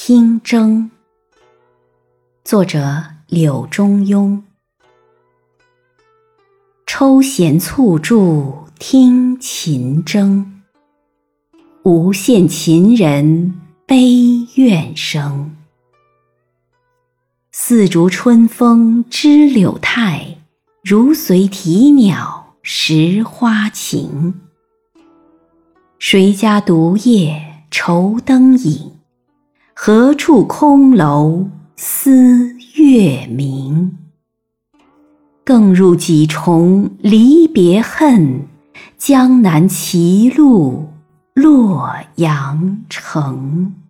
听筝，作者柳中庸。抽弦促筑听琴声，无限琴人悲怨声。丝竹春风知柳态，如随啼鸟识花情。谁家独夜愁灯影？何处空楼思月明？更入几重离别恨，江南歧路洛阳城。